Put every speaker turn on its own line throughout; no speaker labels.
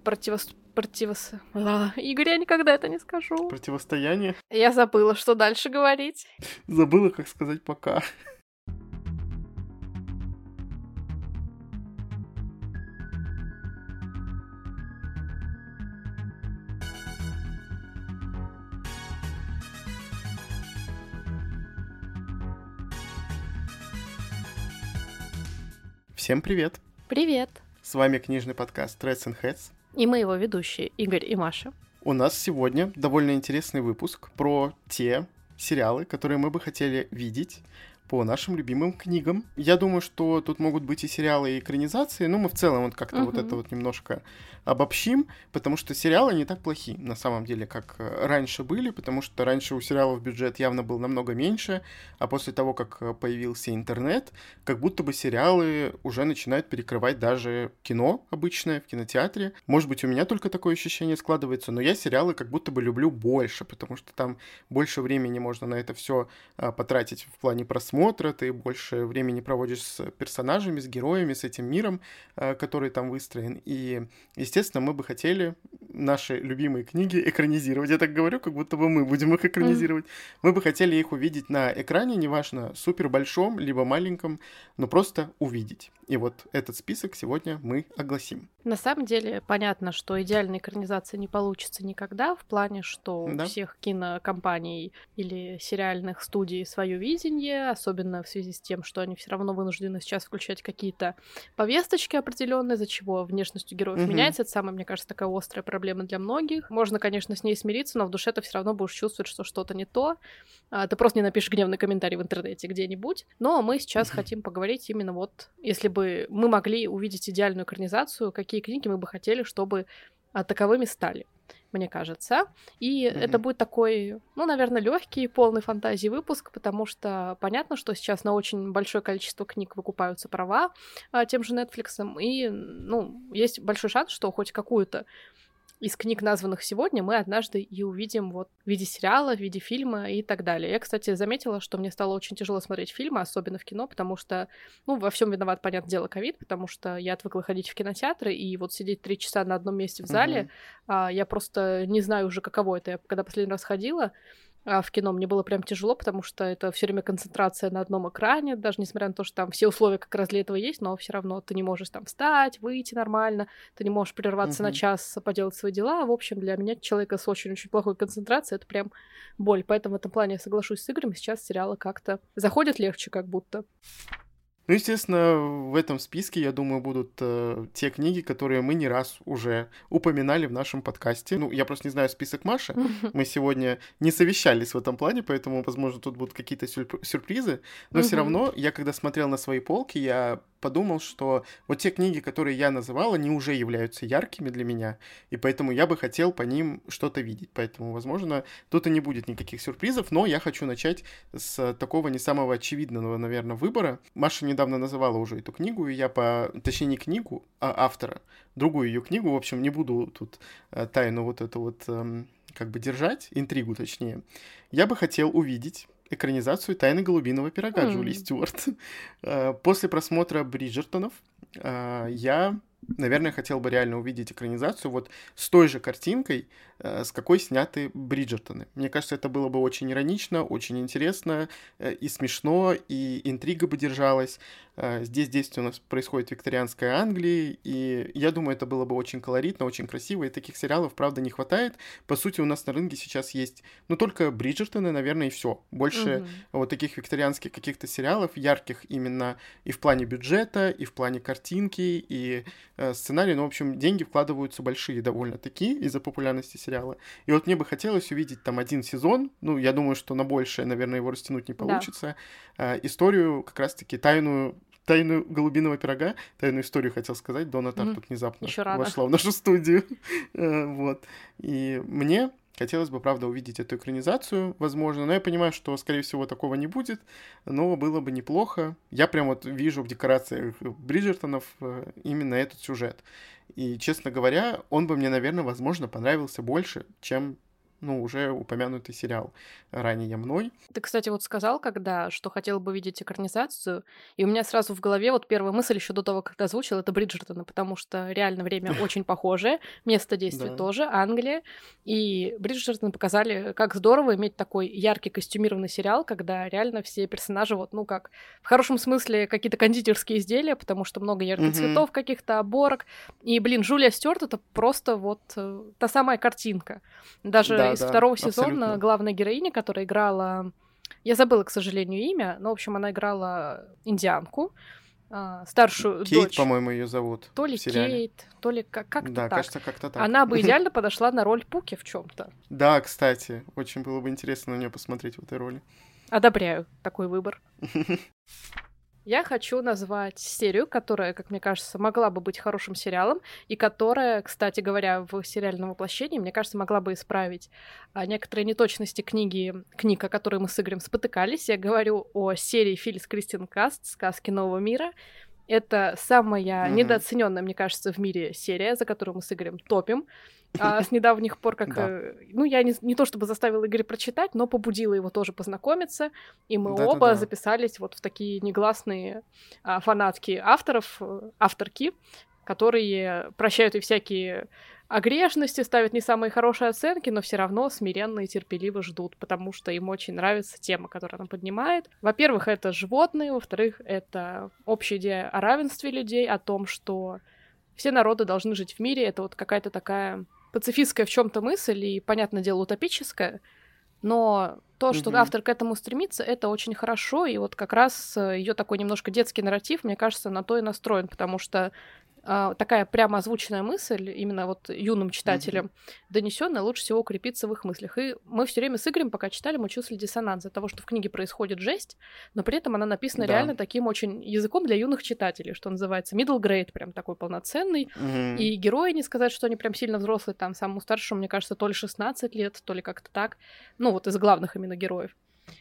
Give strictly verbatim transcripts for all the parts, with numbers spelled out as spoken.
противос... противос... А, Игорь, я никогда это не скажу.
Противостояние.
Я забыла, что дальше говорить.
Забыла, как сказать пока. Всем привет!
Привет!
С вами книжный подкаст Threads and Heads.
И мы его ведущие, Игорь и Маша.
У нас сегодня довольно интересный выпуск про те сериалы, которые мы бы хотели видеть по нашим любимым книгам. Я думаю, что тут могут быть и сериалы, и экранизации, но мы в целом вот как-то uh-huh. вот это вот немножко обобщим, потому что сериалы не так плохи, на самом деле, как раньше были, потому что раньше у сериалов бюджет явно был намного меньше, а после того, как появился интернет, как будто бы сериалы уже начинают перекрывать даже кино обычное в кинотеатре. Может быть, у меня только такое ощущение складывается, но я сериалы как будто бы люблю больше, потому что там больше времени можно на это все потратить в плане просмотра, ты больше времени проводишь с персонажами, с героями, с этим миром, который там выстроен, и, естественно, мы бы хотели наши любимые книги экранизировать. Я так говорю, как будто бы мы будем их экранизировать. Mm. Мы бы хотели их увидеть на экране, неважно, супер большом, либо маленьком, но просто увидеть. И вот этот список сегодня мы огласим.
На самом деле, понятно, что идеальной экранизации не получится никогда, в плане, что да. у всех кинокомпаний или сериальных студий свое видение, особенно в связи с тем, что они все равно вынуждены сейчас включать какие-то повесточки определенные, из-за чего внешность у героев mm-hmm. меняется. Это самая, мне кажется, такая острая проблема для многих. Можно, конечно, с ней смириться, но в душе ты все равно будешь чувствовать, что что-то не то. Ты просто не напишешь гневный комментарий в интернете где-нибудь. Но мы сейчас mm-hmm. хотим поговорить именно вот, если бы мы могли увидеть идеальную экранизацию, какие книги мы бы хотели, чтобы таковыми стали, мне кажется. И mm-hmm. это будет такой, ну, наверное, легкий, полный фантазии выпуск, потому что понятно, что сейчас на очень большое количество книг выкупаются права а, тем же Netflix, и, ну, есть большой шанс, что хоть какую-то из книг, названных сегодня, мы однажды и увидим вот в виде сериала, в виде фильма и так далее. Я, кстати, заметила, что мне стало очень тяжело смотреть фильмы, особенно в кино, потому что, ну, во всем виноват, понятное дело, ковид, потому что я отвыкла ходить в кинотеатры, и вот сидеть три часа на одном месте в зале, uh-huh. а, я просто не знаю уже, каково это. Я когда последний раз ходила а в кино, мне было прям тяжело, потому что это все время концентрация на одном экране, даже несмотря на то, что там все условия как раз для этого есть, но все равно ты не можешь там встать, выйти нормально, ты не можешь прерваться uh-huh. на час, поделать свои дела. В общем, для меня, человека с очень-очень плохой концентрацией, это прям боль. Поэтому в этом плане я соглашусь с Игорем, сейчас сериалы как-то заходят легче как будто.
Ну, естественно, в этом списке, я думаю, будут э, те книги, которые мы не раз уже упоминали в нашем подкасте. Ну, я просто не знаю список Маши. Мы сегодня не совещались в этом плане, поэтому, возможно, тут будут какие-то сюрп- сюрпризы. Но все равно, я когда смотрел на свои полки, я подумал, что вот те книги, которые я называл, они уже являются яркими для меня, и поэтому я бы хотел по ним что-то видеть. Поэтому, возможно, тут и не будет никаких сюрпризов, но я хочу начать с такого не самого очевидного, наверное, выбора. Маша недавно называла уже эту книгу, и я по... Точнее, не книгу, а автора. Другую ее книгу, в общем, не буду тут тайну вот эту вот как бы держать, интригу точнее. Я бы хотел увидеть экранизацию «Тайны голубиного пирога» mm. Джулии Стюарт. После просмотра «Бриджертонов» я, наверное, хотел бы реально увидеть экранизацию вот с той же картинкой, с какой сняты «Бриджертоны». Мне кажется, это было бы очень иронично, очень интересно и смешно, и интрига бы держалась. Здесь действие у нас происходит в викторианской Англии, и я думаю, это было бы очень колоритно, очень красиво, и таких сериалов, правда, не хватает. По сути, у нас на рынке сейчас есть, ну, только «Бриджертоны», наверное, и все. Больше mm-hmm. вот таких викторианских каких-то сериалов, ярких именно и в плане бюджета, и в плане картинки, и э, сценария. Ну, в общем, деньги вкладываются большие довольно-таки из-за популярности сериала. И вот мне бы хотелось увидеть там один сезон, ну, я думаю, что на большее, наверное, его растянуть не получится, да. э, историю как раз-таки тайную «Тайну голубиного пирога», тайную историю, хотел сказать, Дона Тарт mm-hmm. тут внезапно вошла в нашу студию. Вот. И мне хотелось бы, правда, увидеть эту экранизацию, возможно, но я понимаю, что, скорее всего, такого не будет, но было бы неплохо. Я прям вот вижу в декорациях Бриджертонов именно этот сюжет. И, честно говоря, он бы мне, наверное, возможно, понравился больше, чем ну, уже упомянутый сериал ранее мной.
Ты, кстати, вот сказал, когда, что хотел бы видеть экранизацию, и у меня сразу в голове вот первая мысль еще до того, как ты озвучил, это Бриджертоны, потому что реально время очень похожее, место действия
Да.
тоже, Англия, и Бриджертоны показали, как здорово иметь такой яркий костюмированный сериал, когда реально все персонажи вот, ну как, в хорошем смысле какие-то кондитерские изделия, потому что много ярких
Мгм.
цветов, каких-то оборок, и, блин, Джулия Стюарт — это просто вот э, та самая картинка. Даже
Да,
из
да,
второго сезона
абсолютно.
главная героиня, которая играла... Я забыла, к сожалению, имя, но, в общем, она играла индианку, а, старшую
Кейт,
дочь.
по-моему, ее зовут
То ли
в сериале.
Кейт, то ли как- как-то
Да,
так.
кажется, как-то так.
Она бы идеально подошла на роль Пуки в чем-то.
Да, кстати, очень было бы интересно на нее посмотреть в этой роли.
Одобряю такой выбор. Я хочу назвать серию, которая, как мне кажется, могла бы быть хорошим сериалом, и которая, кстати говоря, в сериальном воплощении, мне кажется, могла бы исправить а, некоторые неточности книги, книг, о которой мы с Игорем спотыкались. Я говорю о серии Филлис Кристин Каст «Сказки нового мира». Это самая
Мгм.
недооцененная, мне кажется, в мире серия, за которую мы с Игорем топим. А, с недавних пор, как...
Да.
э, Ну, я не, не то чтобы заставила Игоря прочитать, но побудила его тоже познакомиться. И мы
Да-да-да.
оба записались вот в такие негласные а, фанатки авторов, э, авторки, которые прощают и всякие огрешности, ставят не самые хорошие оценки, но все равно смиренно и терпеливо ждут, потому что им очень нравится тема, которую она поднимает. Во-первых, это животные, во-вторых, это общая идея о равенстве людей, о том, что все народы должны жить в мире. Это вот какая-то такая пацифистская в чем-то мысль и, понятное дело, утопическая, но то, что
Мгм.
автор к этому стремится, это очень хорошо, и вот как раз ее такой немножко детский нарратив, мне кажется, на то и настроен, потому что а, такая прямо озвученная мысль, именно вот юным читателям донесенная, лучше всего укрепиться в их мыслях. И мы все время с Игорем, пока читали, мы чувствовали диссонанс от того, что в книге происходит жесть, но при этом она написана
Да.
реально таким очень языком для юных читателей, что называется middle grade, прям такой полноценный.
Мгм.
И герои, не сказать, что они прям сильно взрослые, там самому старшему, мне кажется, то ли шестнадцать лет, то ли как-то так. Ну, вот из главных именно героев.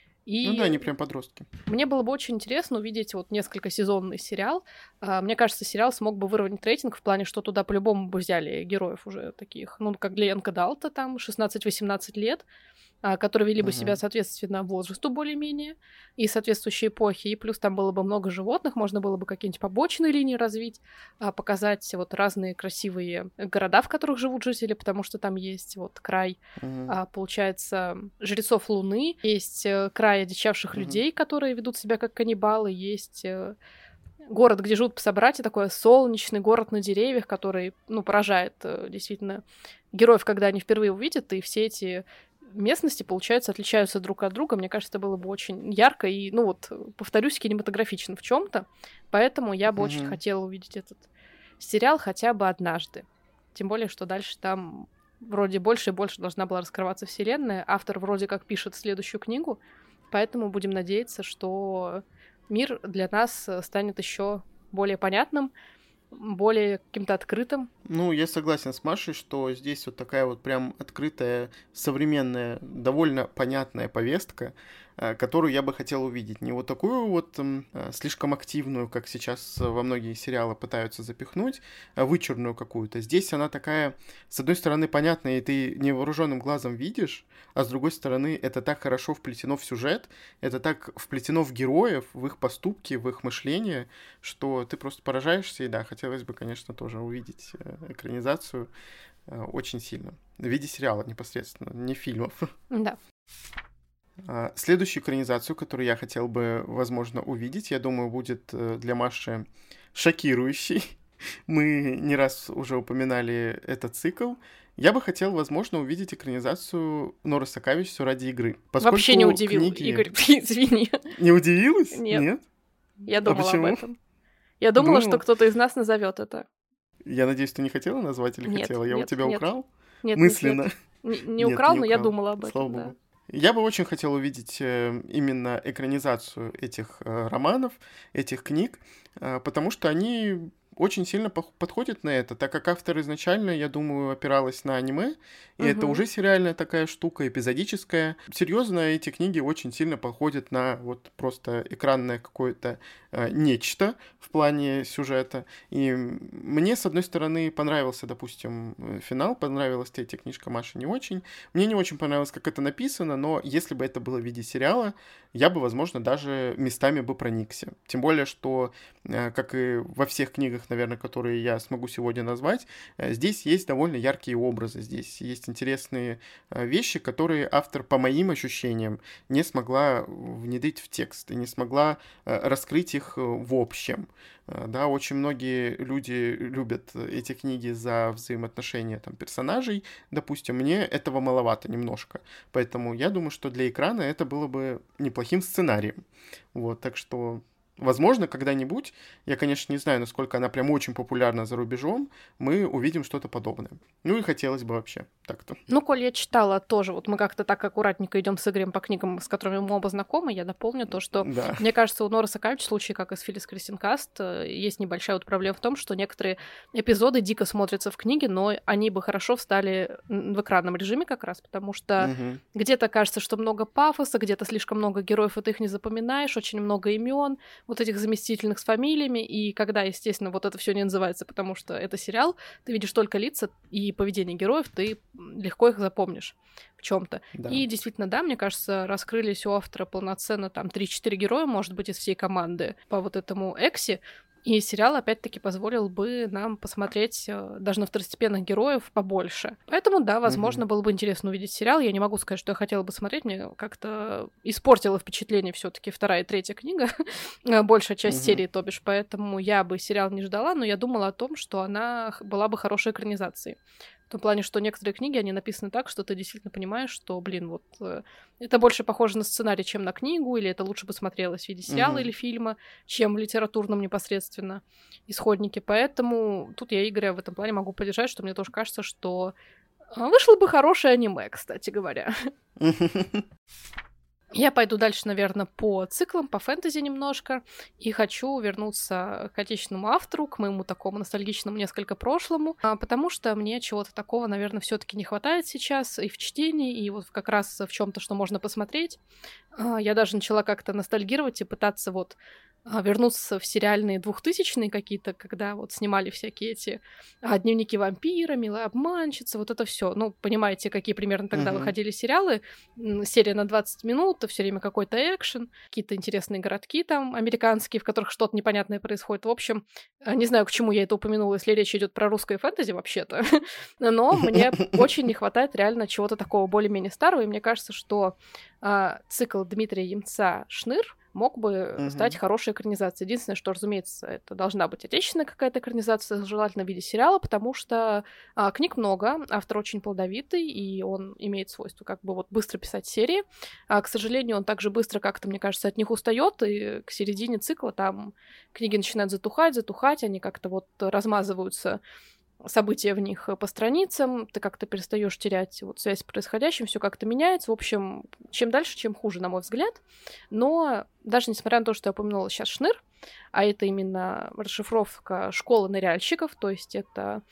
И
Ну да, они прям подростки.
мне было бы очень интересно увидеть вот несколько сезонный сериал. А, Мне кажется, сериал смог бы выровнять рейтинг в плане, что туда по-любому бы взяли героев уже таких, ну, как Гленка Далта, там, шестнадцать-восемнадцать лет, а, которые вели бы себя
Мгм.
соответственно возрасту более-менее и соответствующей эпохи, и плюс там было бы много животных, можно было бы какие-нибудь побочные линии развить, а, показать вот разные красивые города, в которых живут жители, потому что там есть вот край,
Мгм.
а, получается, жрецов Луны, есть э, край одичавших
Мгм.
людей, которые ведут себя как каннибалы, есть э, город, где живут собратья, такой солнечный город на деревьях, который, ну, поражает э, действительно героев, когда они впервые увидят, и все эти местности, получается, отличаются друг от друга. Мне кажется, это было бы очень ярко и, ну вот, повторюсь, кинематографично в чем-то. Поэтому я бы очень
Мгм.
хотела увидеть этот сериал хотя бы однажды. Тем более, что дальше там вроде больше и больше должна была раскрываться вселенная. Автор вроде как пишет следующую книгу, поэтому будем надеяться, что мир для нас э, станет еще более понятным, более каким-то открытым.
Ну, я согласен с Машей, что здесь вот такая вот прям открытая, современная, довольно понятная повестка, э, которую я бы хотел увидеть. Не вот такую вот м, э, слишком активную, как сейчас во многие сериалы пытаются запихнуть, а вычурную какую-то. Здесь она такая, с одной стороны, понятная, и ты невооруженным глазом видишь, а с другой стороны, это так хорошо вплетено в сюжет, это так вплетено в героев, в их поступки, в их мышление, что ты просто поражаешься, и да, хотелось бы, конечно, тоже увидеть э, экранизацию э, очень сильно. В виде сериала непосредственно, не фильмов.
Да.
А, Следующую экранизацию, которую я хотел бы, возможно, увидеть, я думаю, будет э, для Маши шокирующей. Мы не раз уже упоминали этот цикл. Я бы хотел, возможно, увидеть экранизацию Норы Сакавич «Все ради игры». Поскольку
Вообще не удивил,
книги...
Игорь, извини.
Не удивилась?
Нет. Я
А
думала об
почему?
этом. Я думала, что
Думала?
кто-то из нас назовет это.
Я надеюсь, ты не хотела назвать или
Нет,
хотела? Я у
нет,
тебя
нет.
украл?
Нет,
Мысленно.
нет, нет. Не, не
Нет,
украл,
не
но я
украл.
думала об
Слава
этом, да.
богу. Я бы очень хотел увидеть э, именно экранизацию этих э, романов, этих книг, э, потому что они очень сильно подходит на это, так как автор изначально, я думаю, опиралась на аниме, и угу. это уже сериальная такая штука, эпизодическая. Серьезно, эти книги очень сильно походят на вот просто экранное какое-то э, нечто в плане сюжета. И мне, с одной стороны, понравился, допустим, финал, понравилась третья книжка Маши не очень. Мне не очень понравилось, как это написано, но если бы это было в виде сериала, я бы, возможно, даже местами бы проникся. Тем более, что, э, как и во всех книгах, наверное, которые я смогу сегодня назвать, здесь есть довольно яркие образы, здесь есть интересные вещи, которые автор, по моим ощущениям, не смогла внедрить в текст и не смогла раскрыть их в общем. Да, очень многие люди любят эти книги за взаимоотношения там, персонажей, допустим, мне этого маловато немножко, поэтому я думаю, что для экрана это было бы неплохим сценарием. Вот, так что... Возможно, когда-нибудь, я, конечно, не знаю, насколько она прям очень популярна за рубежом, мы увидим что-то подобное. Ну и хотелось бы вообще так-то.
Ну, коль я читала тоже, вот мы как-то так аккуратненько идем с Игорем по книгам, с которыми мы оба знакомы, я дополню то, что, да. мне кажется, у Норы Сокальч в случае, как и с Филлис Кристин Каст, есть небольшая вот проблема в том, что некоторые эпизоды дико смотрятся в книге, но они бы хорошо встали в экранном режиме как раз, потому что угу. где-то кажется, что много пафоса, где-то слишком много героев, и ты их не запоминаешь, очень много имен, вот этих заместительных с фамилиями, и когда, естественно, вот это все не называется, потому что это сериал, ты видишь только лица и поведение героев, ты легко их запомнишь в чем-то. Да. И действительно, да, мне кажется, раскрылись у автора полноценно там три-четыре героя, может быть, из всей команды по вот этому Экси, и сериал, опять-таки, позволил бы нам посмотреть даже на второстепенных героев побольше. Поэтому, да, возможно, mm-hmm. было бы интересно увидеть сериал. Я не могу сказать, что я хотела бы смотреть. Мне как-то испортило впечатление все таки вторая и третья книга. Большая часть mm-hmm. серии, то бишь. Поэтому я бы сериал не ждала, но я думала о том, что она была бы хорошей экранизацией. В том плане, что некоторые книги, они написаны так, что ты действительно понимаешь, что, блин, вот э, это больше похоже на сценарий, чем на книгу, или это лучше бы смотрелось в виде сериала mm-hmm. или фильма, чем в литературном непосредственно исходнике. Поэтому тут я Игоря в этом плане могу поддержать, что мне тоже кажется, что вышло бы хорошее аниме, кстати говоря. Я пойду дальше, наверное, по циклам, по фэнтези немножко, и хочу вернуться к отечественному автору, к моему такому ностальгичному несколько прошлому, потому что мне чего-то такого, наверное, все-таки не хватает сейчас и в чтении, и вот как раз в чем-то, что можно посмотреть. Я даже начала как-то ностальгировать и пытаться вот вернуться в сериальные двухтысячные какие-то, когда вот снимали всякие эти а, дневники вампира, милая обманщица, вот это все. Ну, понимаете, какие примерно тогда uh-huh. выходили сериалы. Серия на двадцать минут, все время какой-то экшен, какие-то интересные городки там американские, в которых что-то непонятное происходит. В общем, не знаю, к чему я это упомянула, если речь идет про русское фэнтези вообще-то, но мне очень не хватает реально чего-то такого более-менее старого, и мне кажется, что а, цикл Дмитрия Ямца «Шныр» мог бы uh-huh. стать хорошей экранизацией. Единственное, что, разумеется, это должна быть отечественная какая-то экранизация, желательно в виде сериала, потому что а, книг много, автор очень плодовитый, и он имеет свойство как бы вот быстро писать серии. А, к сожалению, он также быстро как-то, мне кажется, от них устает, и к середине цикла там книги начинают затухать, затухать, они как-то вот размазываются, события в них по страницам, ты как-то перестаешь терять вот связь с происходящим, все как-то меняется. В общем, чем дальше, чем хуже, на мой взгляд. Но даже несмотря на то, что я упомянула сейчас «Шныр», а это именно расшифровка школы ныряльщиков, то есть это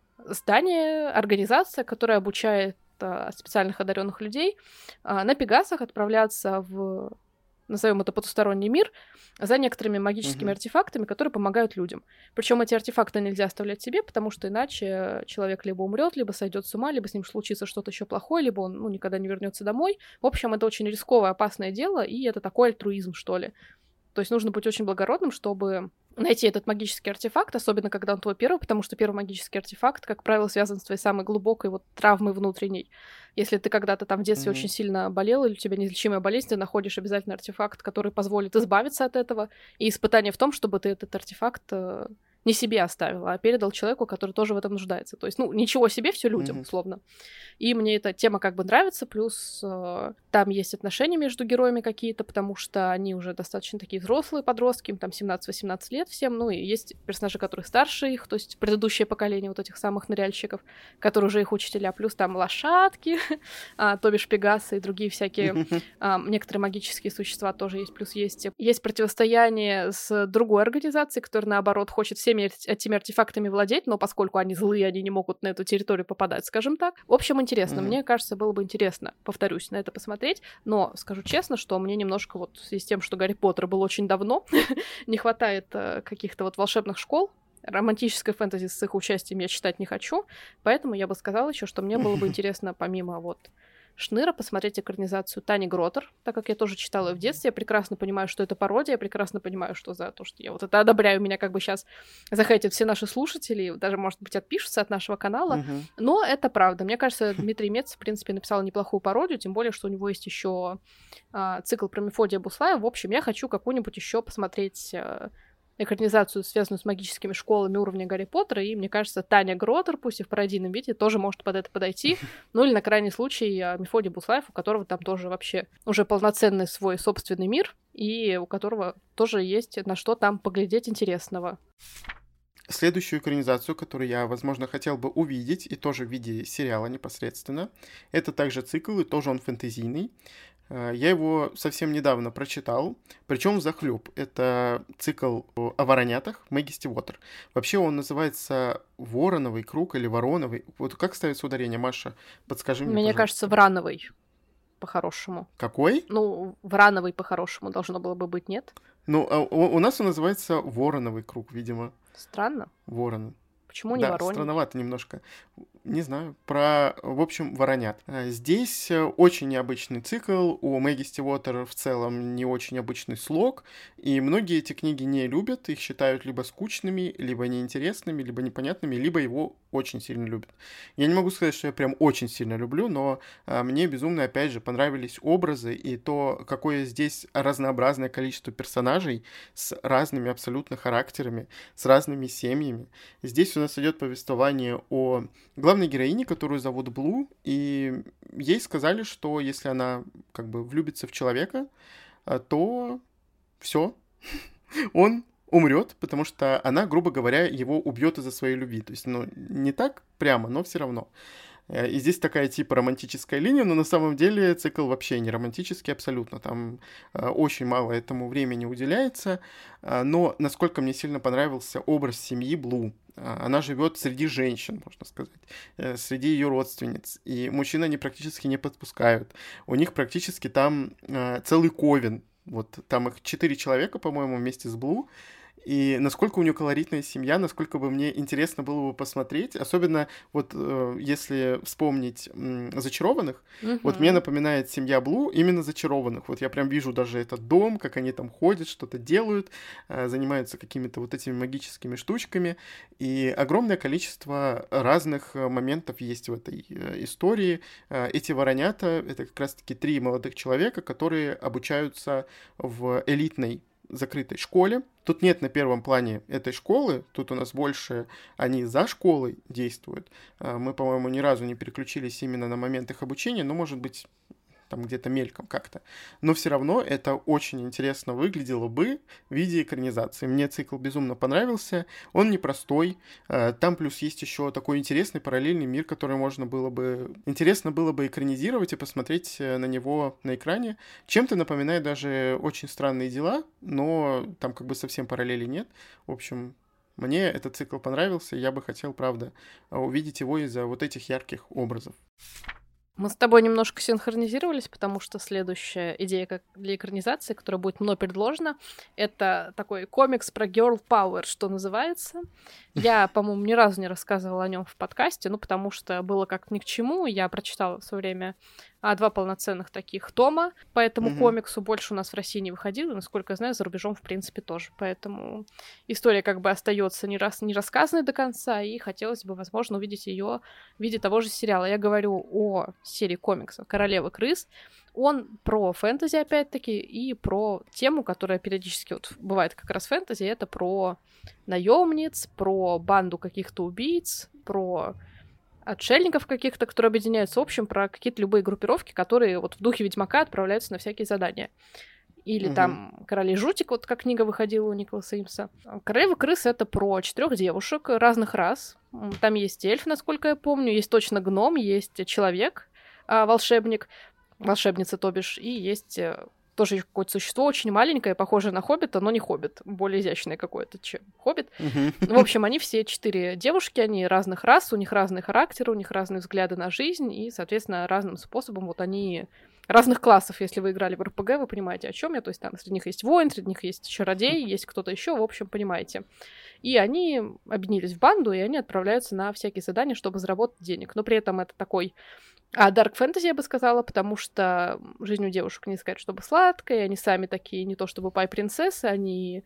здание, организация, которая обучает специальных одаренных людей на Пегасах отправляться в, назовем это, потусторонний мир за некоторыми магическими uh-huh. артефактами, которые помогают людям. Причем эти артефакты нельзя оставлять себе, потому что иначе человек либо умрет, либо сойдет с ума, либо с ним случится что-то еще плохое, либо он ну, никогда не вернется домой. В общем, это очень рисковое, опасное дело, и это такой альтруизм, что ли. То есть нужно быть очень благородным, чтобы найти этот магический артефакт, особенно когда он твой первый, потому что первый магический артефакт, как правило, связан с твоей самой глубокой вот травмой внутренней. Если ты когда-то там в детстве mm-hmm. очень сильно болел, или у тебя неизлечимая болезнь, ты находишь обязательно артефакт, который позволит избавиться от этого. И испытание в том, чтобы ты этот артефакт э, не себе оставил, а передал человеку, который тоже в этом нуждается. То есть, ну, ничего себе, все людям, mm-hmm. условно. И мне эта тема как бы нравится, плюс э, там есть отношения между героями какие-то, потому что они уже достаточно такие взрослые подростки, им там семнадцать-восемнадцать лет всем, ну, и есть персонажи, которые старше их, то есть предыдущее поколение вот этих самых ныряльщиков, которые уже их учителя, плюс там лошадки, а, то бишь пегасы и другие всякие, а, некоторые магические существа тоже есть, плюс есть, есть противостояние с другой организацией, которая, наоборот, хочет всеми всеми этими артефактами владеть, но поскольку они злые, они не могут на эту территорию попадать, скажем так. В общем, интересно. Mm-hmm. Мне кажется, было бы интересно, повторюсь, на это посмотреть, но скажу честно, что мне немножко вот в связи с тем, что Гарри Поттер был очень давно, не хватает э, каких-то вот волшебных школ. Романтической фэнтези с их участием я читать не хочу, поэтому я бы сказала еще, что мне было бы интересно, помимо вот Шныра, посмотреть экранизацию Тани Гротер, так как я тоже читала ее в детстве, я прекрасно понимаю, что это пародия, я прекрасно понимаю, что за то, что я вот это одобряю, меня как бы сейчас захейтят все наши слушатели, даже, может быть, отпишутся от нашего канала, uh-huh. но это правда. Мне кажется, Дмитрий Мец, в принципе, написал неплохую пародию, тем более, что у него есть еще а, цикл про Мефодия Буслая. В общем, я хочу какую-нибудь еще посмотреть а, экранизацию, связанную с магическими школами уровня Гарри Поттера, и, мне кажется, Таня Гротер, пусть и в пародийном виде, тоже может под это подойти. Ну или, на крайний случай, Мефодий Буслаев, у которого там тоже вообще уже полноценный свой собственный мир, и у которого тоже есть на что там поглядеть интересного.
Следующую экранизацию, которую я, возможно, хотел бы увидеть, и тоже в виде сериала непосредственно, это также цикл, и тоже он фэнтезийный. Я его совсем недавно прочитал, причем взахлёб. Это цикл о воронятах Мэгисти Уотер. Вообще он называется «Вороновый круг» или «Вороновый». Вот как ставится ударение, Маша? Подскажи мне,
Мне
пожалуйста.
кажется, «Врановый» по-хорошему.
Какой?
Ну, «Врановый» по-хорошему должно было бы быть, нет?
Ну, а у, у нас он называется «Вороновый круг», видимо.
Странно.
Вороны.
Почему не
да,
воронить?
Странновато немножко. Не знаю. Про, в общем, воронят. Здесь очень необычный цикл. У Мэгисти Уотер в целом не очень обычный слог. И многие эти книги не любят. Их считают либо скучными, либо неинтересными, либо непонятными, либо его очень сильно любят. Я не могу сказать, что я прям очень сильно люблю, но а, мне безумно, опять же, понравились образы и то, какое здесь разнообразное количество персонажей с разными абсолютно характерами, с разными семьями. Здесь у нас идет повествование о главной героине, которую зовут Блу, и ей сказали, что если она как бы влюбится в человека, то все, он умрет, потому что она, грубо говоря, его убьет из-за своей любви. То есть, ну, не так прямо, но все равно. И здесь такая типа романтическая линия, но на самом деле цикл вообще не романтический абсолютно. Там э, очень мало этому времени уделяется. Э, но насколько мне сильно понравился образ семьи Блу. Э, она живет среди женщин, можно сказать, э, среди ее родственниц. И мужчин они практически не подпускают. У них практически там э, целый ковен. Вот там их четыре человека, по-моему, вместе с Блу. И насколько у нее колоритная семья, насколько бы мне интересно было бы посмотреть, особенно вот э, если вспомнить м, «Зачарованных», uh-huh. вот мне напоминает семья Блу именно «Зачарованных». Вот я прям вижу даже этот дом, как они там ходят, что-то делают, э, занимаются какими-то вот этими магическими штучками, и огромное количество разных моментов есть в этой э, истории. Э, эти воронята — это как раз-таки три молодых человека, которые обучаются в элитной закрытой школе. Тут нет на первом плане этой школы, тут у нас больше они за школой действуют. Мы, по-моему, ни разу не переключились именно на момент их обучения, но, может быть, там где-то мельком как-то. Но все равно это очень интересно выглядело бы в виде экранизации. Мне цикл безумно понравился. Он непростой. Там плюс есть еще такой интересный параллельный мир, который можно было бы... Интересно было бы экранизировать и посмотреть на него на экране. Чем-то напоминает даже «Очень странные дела», но там как бы совсем параллели нет. В общем, мне этот цикл понравился. Я бы хотел, правда, увидеть его из-за вот этих ярких образов.
Мы с тобой немножко синхронизировались, потому что следующая идея как для экранизации, которая будет мной предложена, это такой комикс про girl power, что называется. Я, по-моему, ни разу не рассказывала о нем в подкасте, ну, потому что было как-то ни к чему. Я прочитала в свое время а, два полноценных таких тома по этому mm-hmm. комиксу. Больше у нас в России не выходило, и, насколько я знаю, за рубежом, в принципе, тоже. Поэтому история как бы остается не, рас... не рассказанной до конца, и хотелось бы, возможно, увидеть ее в виде того же сериала. Я говорю о серии комиксов «Королева крыс». Он про фэнтези, опять-таки, и про тему, которая периодически вот бывает как раз фэнтези, это про наемниц, про банду каких-то убийц, про отшельников каких-то, которые объединяются, в общем, про какие-то любые группировки, которые вот в духе Ведьмака отправляются на всякие задания. Или угу. там «Короли жутик», вот как книга выходила у Николаса Имса. «Королева крыс» — это про четырех девушек разных рас. Там есть эльф, насколько я помню, есть точно гном, есть человек, волшебник, волшебница, то бишь, и есть тоже какое-то существо очень маленькое, похожее на хоббита, но не хоббит, более изящное какое-то, чем хоббит. В общем, они все четыре девушки, они разных рас, у них разные характеры, у них разные взгляды на жизнь, и, соответственно, разным способом вот они разных классов, если вы играли в эр пэ гэ, вы понимаете, о чем я, то есть там среди них есть воин, среди них есть чародей, есть кто-то еще, в общем, понимаете. И они объединились в банду, и они отправляются на всякие задания, чтобы заработать денег, но при этом это такой А дарк фэнтези, я бы сказала, потому что жизнь у девушек не сказать, чтобы сладкая, они сами такие не то чтобы пай-принцессы, они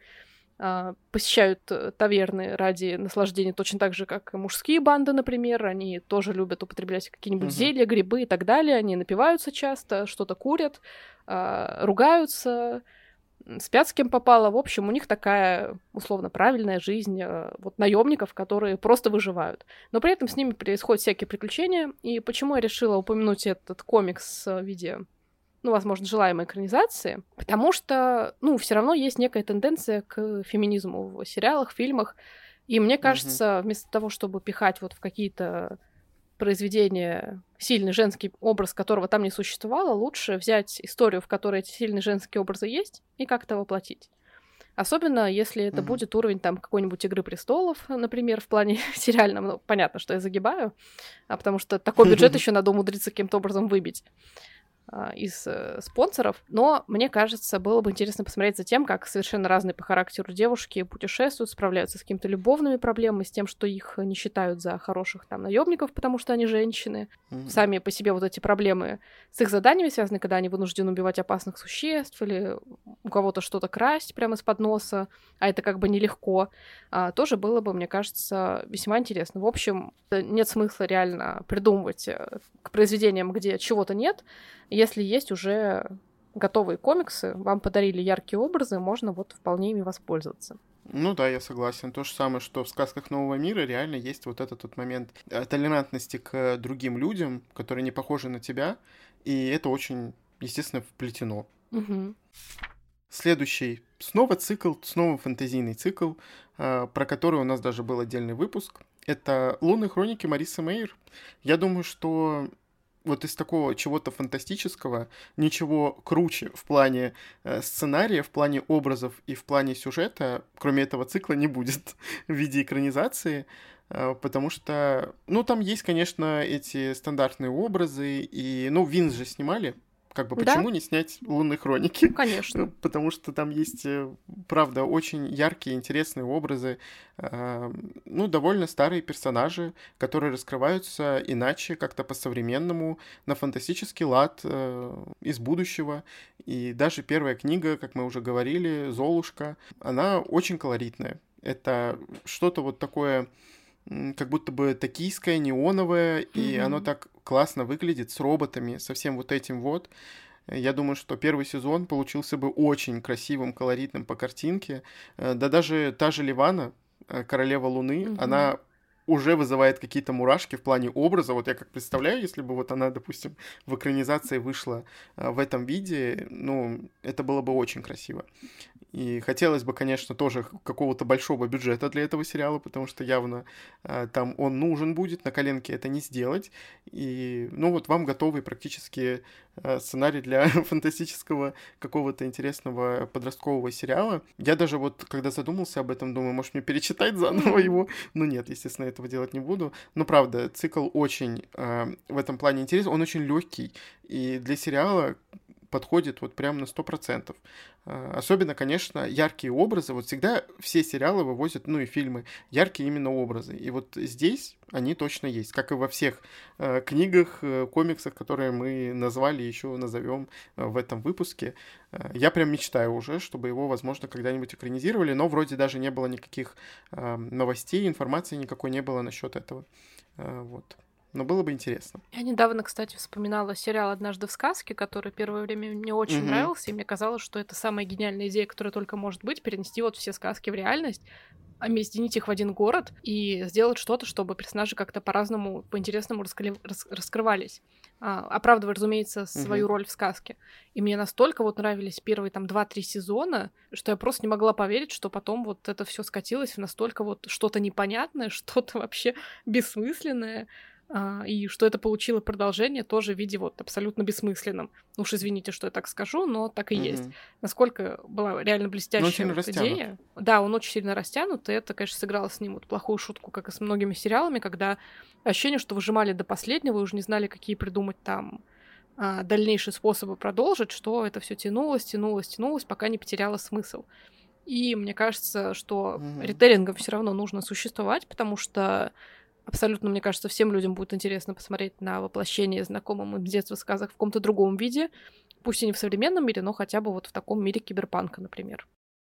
а, посещают таверны ради наслаждения точно так же, как и мужские банды, например, они тоже любят употреблять какие-нибудь uh-huh. зелья, грибы и так далее, они напиваются часто, что-то курят, а, ругаются, спят с кем попало. В общем, у них такая, условно, правильная жизнь вот наемников, которые просто выживают. Но при этом с ними происходят всякие приключения. И почему я решила упомянуть этот комикс в виде, ну, возможно, желаемой экранизации? Потому что, ну, все равно есть некая тенденция к феминизму в сериалах, фильмах. И мне кажется, mm-hmm. вместо того, чтобы пихать вот в какие-то произведение сильный женский образ, которого там не существовало, лучше взять историю, в которой эти сильные женские образы есть, и как-то воплотить. Особенно, если это mm-hmm. будет уровень там какой-нибудь «Игры престолов», например, в плане сериальном. Ну, понятно, что я загибаю, а потому что такой бюджет еще надо умудриться каким-то образом выбить а, из э, спонсоров. Но, мне кажется, было бы интересно посмотреть за тем, как совершенно разные по характеру девушки путешествуют, справляются с какими-то любовными проблемами, с тем, что их не считают за хороших там наемников, потому что они женщины. Mm-hmm. Сами по себе вот эти проблемы с их заданиями связаны, когда они вынуждены убивать опасных существ или у кого-то что-то красть прямо из-под носа, а это как бы нелегко. А, тоже было бы, мне кажется, весьма интересно. В общем, нет смысла реально придумывать к произведениям, где чего-то нет. Если есть уже готовые комиксы, вам подарили яркие образы, можно вот вполне ими воспользоваться.
Ну да, я согласен. То же самое, что в сказках Нового мира реально есть вот этот вот момент толерантности к другим людям, которые не похожи на тебя, и это очень, естественно, вплетено.
Угу.
Следующий. Снова цикл, снова фэнтезийный цикл, про который у нас даже был отдельный выпуск. Это «Лунные хроники» Марисы Мейер. Я думаю, что вот из такого чего-то фантастического ничего круче в плане э, сценария, в плане образов и в плане сюжета, кроме этого цикла, не будет в виде экранизации, э, потому что, ну, там есть, конечно, эти стандартные образы, и, ну, Винс же снимали, как бы, почему да? не снять «Лунные хроники»?
Конечно.
Потому что там есть, правда, очень яркие, интересные образы, ну, довольно старые персонажи, которые раскрываются иначе, как-то по-современному, на фантастический лад из будущего. И даже первая книга, как мы уже говорили, «Золушка», она очень колоритная. Это что-то вот такое, как будто бы токийское, неоновое, mm-hmm. и оно так классно выглядит с роботами, со всем вот этим вот. Я думаю, что первый сезон получился бы очень красивым, колоритным по картинке. Да даже та же Ливана, королева Луны, mm-hmm. она уже вызывает какие-то мурашки в плане образа. Вот я как представляю, если бы вот она, допустим, в экранизации вышла в этом виде, ну, это было бы очень красиво. И хотелось бы, конечно, тоже какого-то большого бюджета для этого сериала, потому что явно э, там он нужен будет, на коленке это не сделать. И, ну, вот вам готовый практически э, сценарий для фантастического какого-то интересного подросткового сериала. Я даже вот, когда задумался об этом, думаю, может, мне перечитать заново его? Ну, нет, естественно, этого делать не буду. Но, правда, цикл очень э, в этом плане интересный, он очень легкий. И для сериала подходит вот прям на сто процентов. Особенно, конечно, яркие образы. Вот всегда все сериалы вывозят, ну и фильмы, яркие именно образы. И вот здесь они точно есть, как и во всех э, книгах, э, комиксах, которые мы назвали, еще назовем э, в этом выпуске. Э, я прям мечтаю уже, чтобы его, возможно, когда-нибудь экранизировали, но вроде даже не было никаких э, новостей, информации никакой не было насчет этого. Э, вот. Но было бы интересно.
Я недавно, кстати, вспоминала сериал «Однажды в сказке», который первое время мне очень mm-hmm. нравился, и мне казалось, что это самая гениальная идея, которая только может быть, перенести вот все сказки в реальность, объединить их в один город и сделать что-то, чтобы персонажи как-то по-разному, по-интересному раскры... рас... раскрывались. А, оправдывая, разумеется, свою mm-hmm. роль в сказке. И мне настолько вот нравились первые там два-три сезона, что я просто не могла поверить, что потом вот это все скатилось в настолько вот что-то непонятное, что-то вообще бессмысленное. и что это получило продолжение тоже в виде вот абсолютно бессмысленном. Уж извините, что я так скажу, но так и mm-hmm. есть. Насколько была реально блестящая вот идея. Да, он очень сильно растянут, и это, конечно, сыграло с ним вот плохую шутку, как и с многими сериалами, когда ощущение, что выжимали до последнего и уже не знали, какие придумать там а, дальнейшие способы продолжить, что это все тянулось, тянулось, тянулось, пока не потеряло смысл. И мне кажется, что mm-hmm. ритейлингам все равно нужно существовать, потому что абсолютно, мне кажется, всем людям будет интересно посмотреть на воплощение знакомым им с детства сказок в каком-то другом виде, пусть и не в современном мире, но хотя бы вот в таком мире киберпанка, например.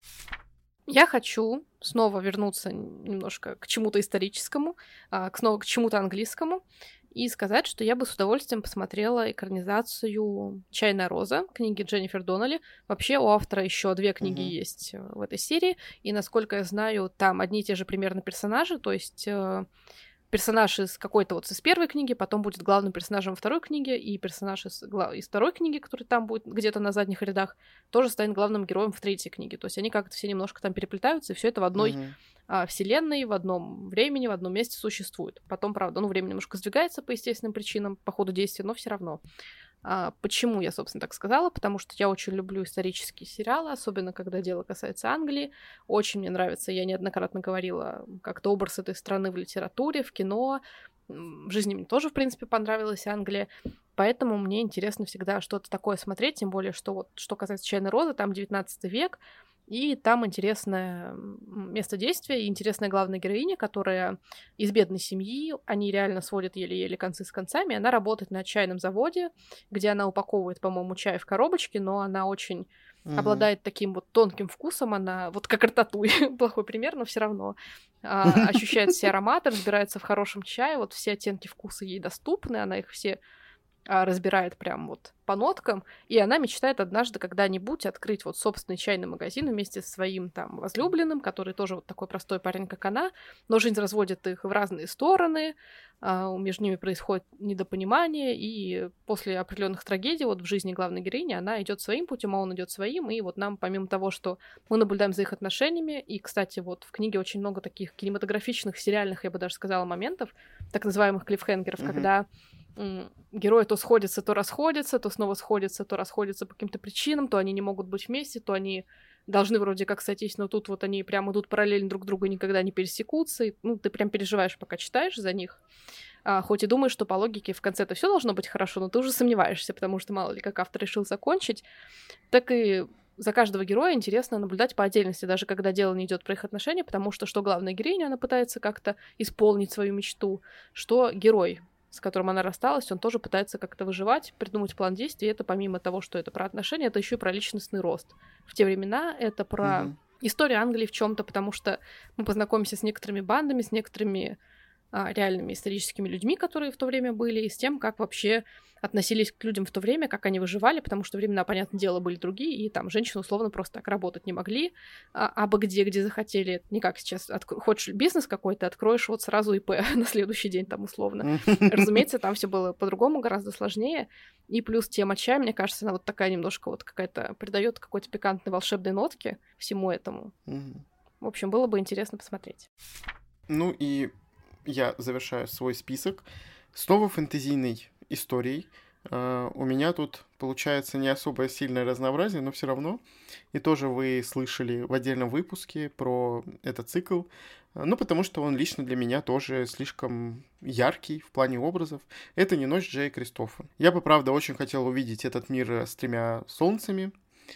Я хочу снова вернуться немножко к чему-то историческому, к снова к чему-то английскому, и сказать, что я бы с удовольствием посмотрела экранизацию «Чайная роза» книги Дженнифер Доннелли. Вообще у автора еще две книги mm-hmm. есть в этой серии, и, насколько я знаю, там одни и те же примерно персонажи, то есть персонаж из какой-то вот из первой книги, потом будет главным персонажем второй книги, и персонаж из, из второй книги, который там будет где-то на задних рядах, тоже станет главным героем в третьей книге. То есть они как-то все немножко там переплетаются, и все это в одной mm-hmm. а, вселенной, в одном времени, в одном месте существует. Потом, правда, ну, время немножко сдвигается по естественным причинам, по ходу действия, но все равно. А, почему я, собственно, так сказала? Потому что я очень люблю исторические сериалы, особенно когда дело касается Англии. Очень мне нравится, я неоднократно говорила, как-то образ этой страны в литературе, в кино. В жизни мне тоже, в принципе, понравилась Англия. Поэтому мне интересно всегда что-то такое смотреть, тем более, что вот что касается «Чайной розы», там девятнадцатый век, и там интересное место действия и интересная главная героиня, которая из бедной семьи, они реально сводят еле-еле концы с концами, она работает на чайном заводе, где она упаковывает, по-моему, чай в коробочке, но она очень mm-hmm. обладает таким вот тонким вкусом, она вот как рататуй, плохой пример, но все равно а, ощущает все ароматы, разбирается в хорошем чае, вот все оттенки вкуса ей доступны, она их все разбирает прям вот по ноткам, и она мечтает однажды когда-нибудь открыть вот собственный чайный магазин вместе со своим там возлюбленным, который тоже вот такой простой парень, как она, но жизнь разводит их в разные стороны, а, между ними происходит недопонимание, и после определенных трагедий вот в жизни главной героини она идет своим путем, а он идет своим, и вот нам, помимо того, что мы наблюдаем за их отношениями, и, кстати, вот в книге очень много таких кинематографичных, сериальных, я бы даже сказала, моментов, так называемых клиффхенгеров, mm-hmm. когда герои то сходятся, то расходятся, то снова сходятся, то расходятся по каким-то причинам, то они не могут быть вместе, то они должны вроде как сойтись, но тут вот они прям идут параллельно друг другу и никогда не пересекутся. И, ну, ты прям переживаешь, пока читаешь за них. А, хоть и думаешь, что по логике в конце это все должно быть хорошо, но ты уже сомневаешься, потому что мало ли как автор решил закончить. Так и за каждого героя интересно наблюдать по отдельности, даже когда дело не идет про их отношения, потому что что главная героиня, она пытается как-то исполнить свою мечту, что герой, с которым она рассталась, он тоже пытается как-то выживать, придумать план действий. И это помимо того, что это про отношения, это еще и про личностный рост. В те времена это про mm-hmm. историю Англии в чем-то, потому что мы познакомимся с некоторыми бандами, с некоторыми а, реальными историческими людьми, которые в то время были, и с тем, как вообще относились к людям в то время, как они выживали, потому что времена, понятное дело, были другие, и там женщины условно просто так работать не могли, а, абы где, где захотели. Не как сейчас, отк- хочешь бизнес какой-то, откроешь вот сразу ИП на следующий день там условно. Разумеется, там все было по-другому, гораздо сложнее. И плюс тема чая, мне кажется, она вот такая немножко вот какая-то, придает какой-то пикантной волшебной нотки всему этому. В общем, было бы интересно посмотреть.
Ну и я завершаю свой список снова фэнтезийной историей. Uh, у меня тут получается не особо сильное разнообразие, но все равно. И тоже вы слышали в отдельном выпуске про этот цикл. Uh, ну, потому что он лично для меня тоже слишком яркий в плане образов. Это «Не ночь» Джея Кристофа. Я бы, правда, очень хотел увидеть этот мир с тремя солнцами,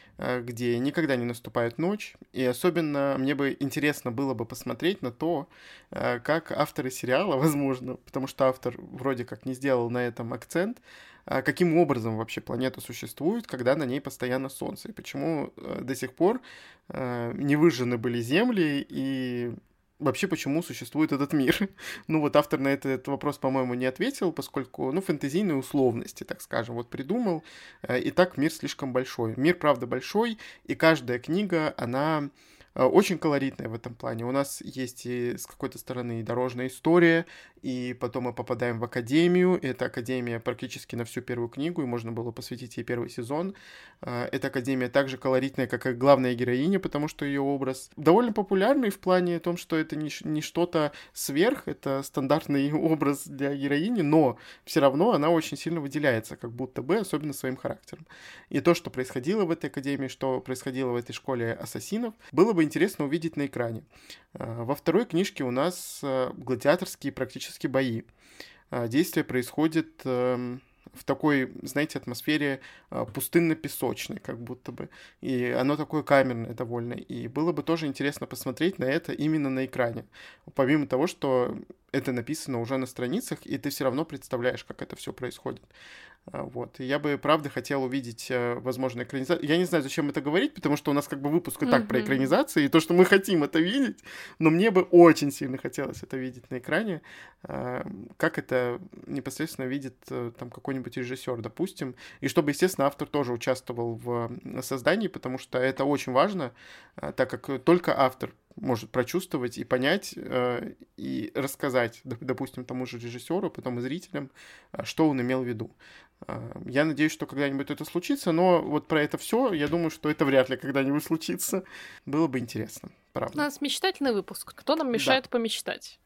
где никогда не наступает ночь, и особенно мне бы интересно было бы посмотреть на то, как авторы сериала, возможно, потому что автор вроде как не сделал на этом акцент, каким образом вообще планета существует, когда на ней постоянно солнце, и почему до сих пор не выжжены были земли, и вообще, почему существует этот мир? Ну, вот автор на этот вопрос, по-моему, не ответил, поскольку, ну, фэнтезийные условности, так скажем, вот придумал, и так мир слишком большой. Мир, правда, большой, и каждая книга, она очень колоритная в этом плане. У нас есть и с какой-то стороны и дорожная история, и потом мы попадаем в академию. Эта академия практически на всю первую книгу, и можно было посвятить ей первый сезон. Эта академия также колоритная, как и главная героиня, потому что ее образ довольно популярный в плане том, что это не, не что-то сверх, это стандартный образ для героини, но все равно она очень сильно выделяется, как будто бы, особенно своим характером. И то, что происходило в этой академии, что происходило в этой школе ассасинов, было бы интересно увидеть на экране. Во второй книжке у нас гладиаторские практически бои. Действие происходит в такой, знаете, атмосфере пустынно-песочной, как будто бы. И оно такое камерное довольно. И было бы тоже интересно посмотреть на это именно на экране. Помимо того, что это написано уже на страницах, и ты все равно представляешь, как это все происходит. Вот. И я бы, правда, хотел увидеть, возможно, экранизацию. Я не знаю, зачем это говорить, потому что у нас как бы выпуск и так mm-hmm. про экранизации, и то, что мы хотим это видеть, но мне бы очень сильно хотелось это видеть на экране. Как это непосредственно видит там какой-нибудь режиссер, допустим, и чтобы, естественно, автор тоже участвовал в создании, потому что это очень важно, так как только автор может прочувствовать и понять, э, и рассказать, допустим, тому же режиссеру, потом и зрителям, что он имел в виду. Э, я надеюсь, что когда-нибудь это случится, но вот про это все, я думаю, что это вряд ли когда-нибудь случится. Было бы интересно, правда.
У нас мечтательный выпуск. Кто нам мешает да. помечтать?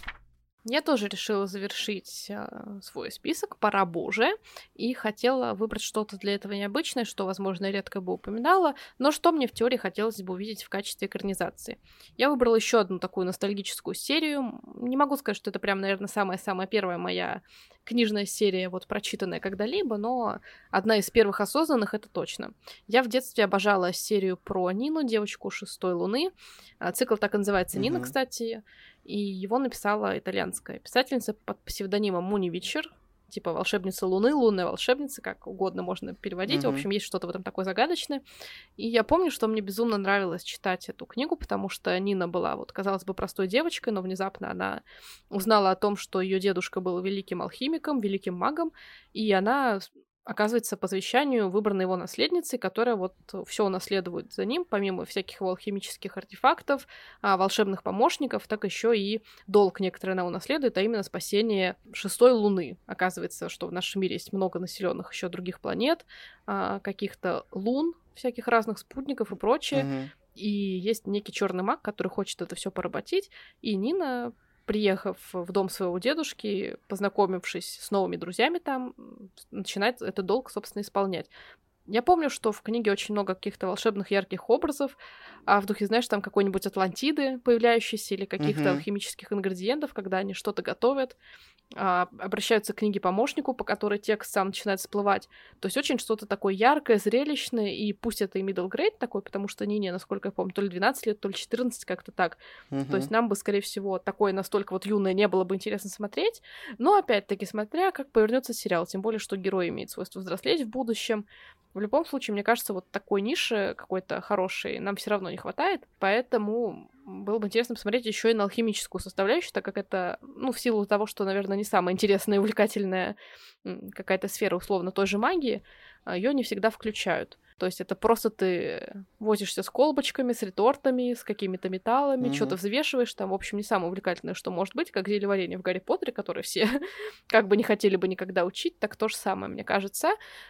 Я тоже решила завершить э, свой список «Пора Боже» и хотела выбрать что-то для этого необычное, что, возможно, редко бы упоминала, но что мне в теории хотелось бы увидеть в качестве экранизации. Я выбрала еще одну такую ностальгическую серию. Не могу сказать, что это прям, наверное, самая-самая первая моя книжная серия, вот прочитанная когда-либо, но одна из первых осознанных, это точно. Я в детстве обожала серию про Нину, девочку шестой луны. Цикл так и называется mm-hmm. «Нина», кстати. И его написала итальянская писательница под псевдонимом Муни Витчер, типа волшебница Луны, лунная волшебница, как угодно можно переводить. Mm-hmm. В общем, есть что-то в этом такое загадочное. И я помню, что мне безумно нравилось читать эту книгу, потому что Нина была, вот, казалось бы, простой девочкой, но внезапно она узнала о том, что ее дедушка был великим алхимиком, великим магом, и она оказывается по завещанию выбрана его наследницей, которая вот все унаследует за ним, помимо всяких его алхимических артефактов, волшебных помощников, так еще и долг некоторый она унаследует, а именно спасение шестой луны. Оказывается, что в нашем мире есть много населенных еще других планет, каких-то лун, всяких разных спутников и прочее. Mm-hmm. И есть некий черный маг, который хочет это все поработить, и Нина, приехав в дом своего дедушки, познакомившись с новыми друзьями там, начинает этот долг, собственно, исполнять. Я помню, что в книге очень много каких-то волшебных ярких образов, а в духе, знаешь, там какой-нибудь Атлантиды появляющейся или каких-то mm-hmm. алхимических ингредиентов, когда они что-то готовят, а, обращаются к книге-помощнику, по которой текст сам начинает всплывать. То есть очень что-то такое яркое, зрелищное, и пусть это и middle grade такой, потому что Нине, насколько я помню, то ли двенадцать лет, то ли четырнадцать, как-то так. Mm-hmm. То есть нам бы, скорее всего, такое настолько вот юное не было бы интересно смотреть, но, опять-таки, смотря как повернется сериал, тем более, что герой имеет свойство взрослеть в будущем. В любом случае, мне кажется, вот такой ниши какой-то хорошей нам все равно не хватает, поэтому было бы интересно посмотреть еще и на алхимическую составляющую, так как это, ну, в силу того, что, наверное, не самая интересная и увлекательная какая-то сфера, условно, той же магии, ее не всегда включают. То есть это просто ты возишься с колбочками, с ретортами, с какими-то металлами, mm-hmm. что-то взвешиваешь, там, в общем, не самое увлекательное, что может быть, как зельеварение в Гарри Поттере, которое все как бы не хотели бы никогда учить, так то же самое, мне кажется.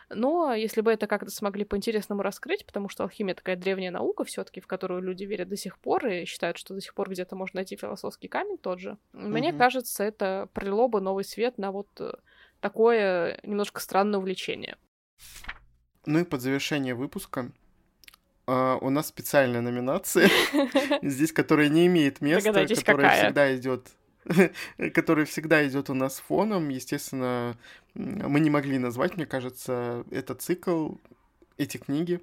Но если бы это как-то смогли по-интересному раскрыть, потому что алхимия такая древняя наука все-таки, в которую люди верят до сих пор и считают, что до сих пор где-то можно найти философский камень тот же, mm-hmm. мне кажется, это пролило бы новый свет на вот такое немножко странное увлечение.
Ну и под завершение выпуска uh, у нас специальная номинация, здесь, которая не имеет места, которая всегда идет, которая всегда идет у нас фоном. Естественно, мы не могли назвать, мне кажется, этот цикл, эти книги.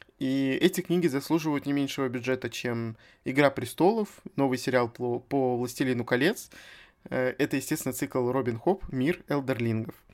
И эти книги заслуживают не меньшего бюджета, чем «Игра престолов», новый сериал по, по «Властелину колец». Это, естественно, цикл Робин Хоп «Мир элдерлингов».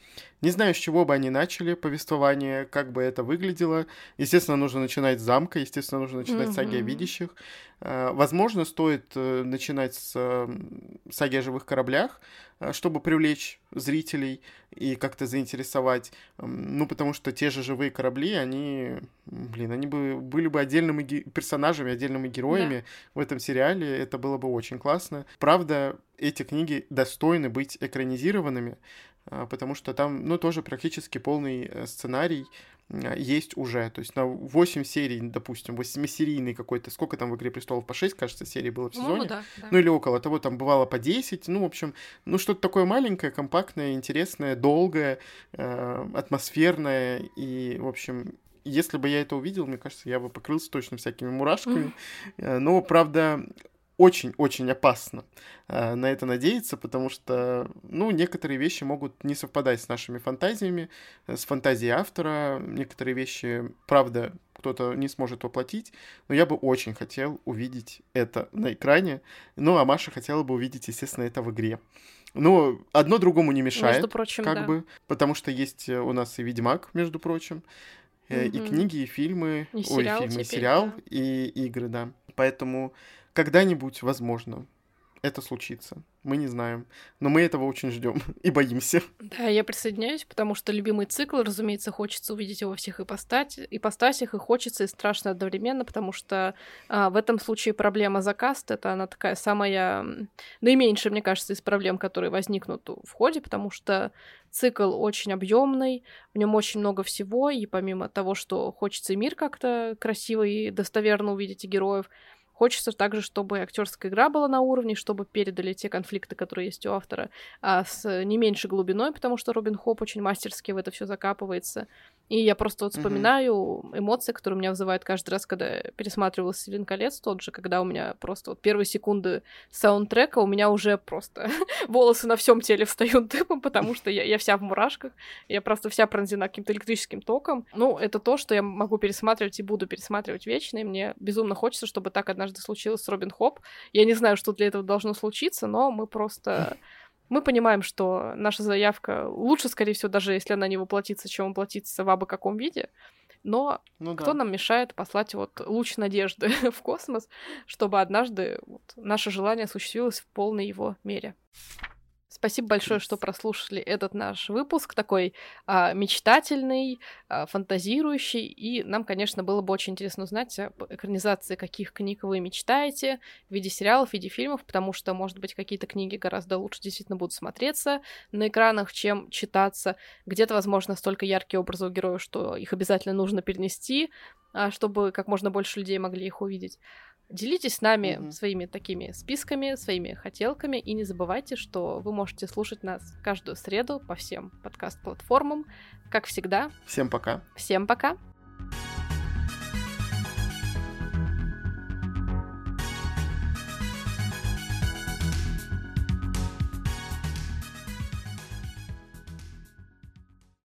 Не знаю, с чего бы они начали повествование, как бы это выглядело. Естественно, нужно начинать с замка, естественно, нужно начинать mm-hmm. с саги о видящих. Возможно, стоит начинать с саги о живых кораблях, чтобы привлечь зрителей и как-то заинтересовать. Ну, потому что те же живые корабли, они, блин, они бы были бы отдельными ге- персонажами, отдельными героями да. в этом сериале. Это было бы очень классно. Правда, эти книги достойны быть экранизированными, потому что там, ну, тоже практически полный сценарий есть уже. То есть на восемь серий, допустим, восьмисерийный какой-то, сколько там в «Игре престолов», по шесть, кажется, серий было в сезоне. Ну, да, да. Ну, или около того, там бывало по десять. Ну, в общем, ну, что-то такое маленькое, компактное, интересное, долгое, э, атмосферное. И, в общем, если бы я это увидел, мне кажется, я бы покрылся точно всякими мурашками. Mm. Но, правда, очень-очень опасно э, на это надеяться, потому что, ну, некоторые вещи могут не совпадать с нашими фантазиями, с фантазией автора. Некоторые вещи, правда, кто-то не сможет воплотить, но я бы очень хотел увидеть это на экране. Ну, а Маша хотела бы увидеть, естественно, это в игре. Ну, одно другому не мешает, между прочим, как да. бы, потому что есть у нас и «Ведьмак», между прочим, mm-hmm. и книги, и фильмы,
и
ой,
сериал
фильмы,
теперь,
и сериал,
да.
и игры, да. Поэтому когда-нибудь, возможно, это случится. Мы не знаем. Но мы этого очень ждем и боимся.
Да, я присоединяюсь, потому что любимый цикл, разумеется, хочется увидеть его во всех ипостати, ипостасях, и хочется, и страшно одновременно, потому что а, в этом случае проблема закаст — это она такая самая наименьшая, мне кажется, из проблем, которые возникнут в ходе, потому что цикл очень объемный, в нем очень много всего, и помимо того, что хочется и мир как-то красиво и достоверно увидеть, и героев, хочется также, чтобы актерская игра была на уровне, чтобы передали те конфликты, которые есть у автора, а с не меньшей глубиной, потому что Робин Хоп очень мастерски в это все закапывается. И я просто вот вспоминаю mm-hmm. эмоции, которые у меня вызывают каждый раз, когда я пересматривала «Властелин колец», тот же, когда у меня просто вот первые секунды саундтрека, у меня уже просто волосы на всем теле встают дыбом, потому что я, я вся в мурашках, я просто вся пронзена каким-то электрическим током. Ну, это то, что я могу пересматривать и буду пересматривать вечно, и мне безумно хочется, чтобы так однажды случилось с Робин Хоп. Я не знаю, что для этого должно случиться, но мы просто... Мы понимаем, что наша заявка лучше, скорее всего, даже если она не воплотится, чем воплотится в абы каком виде. Но ну, кто да. нам мешает послать вот луч надежды в космос, чтобы однажды вот наше желание осуществилось в полной его мере. Спасибо большое, что прослушали этот наш выпуск, такой а, мечтательный, а, фантазирующий, и нам, конечно, было бы очень интересно узнать об экранизации, каких книг вы мечтаете в виде сериалов, в виде фильмов, потому что, может быть, какие-то книги гораздо лучше действительно будут смотреться на экранах, чем читаться. Где-то, возможно, столько яркие образы у героев, что их обязательно нужно перенести, а, чтобы как можно больше людей могли их увидеть. Делитесь с нами mm-hmm. своими такими списками, своими хотелками, и не забывайте, что вы можете слушать нас каждую среду по всем подкаст-платформам. Как всегда.
Всем пока.
Всем пока.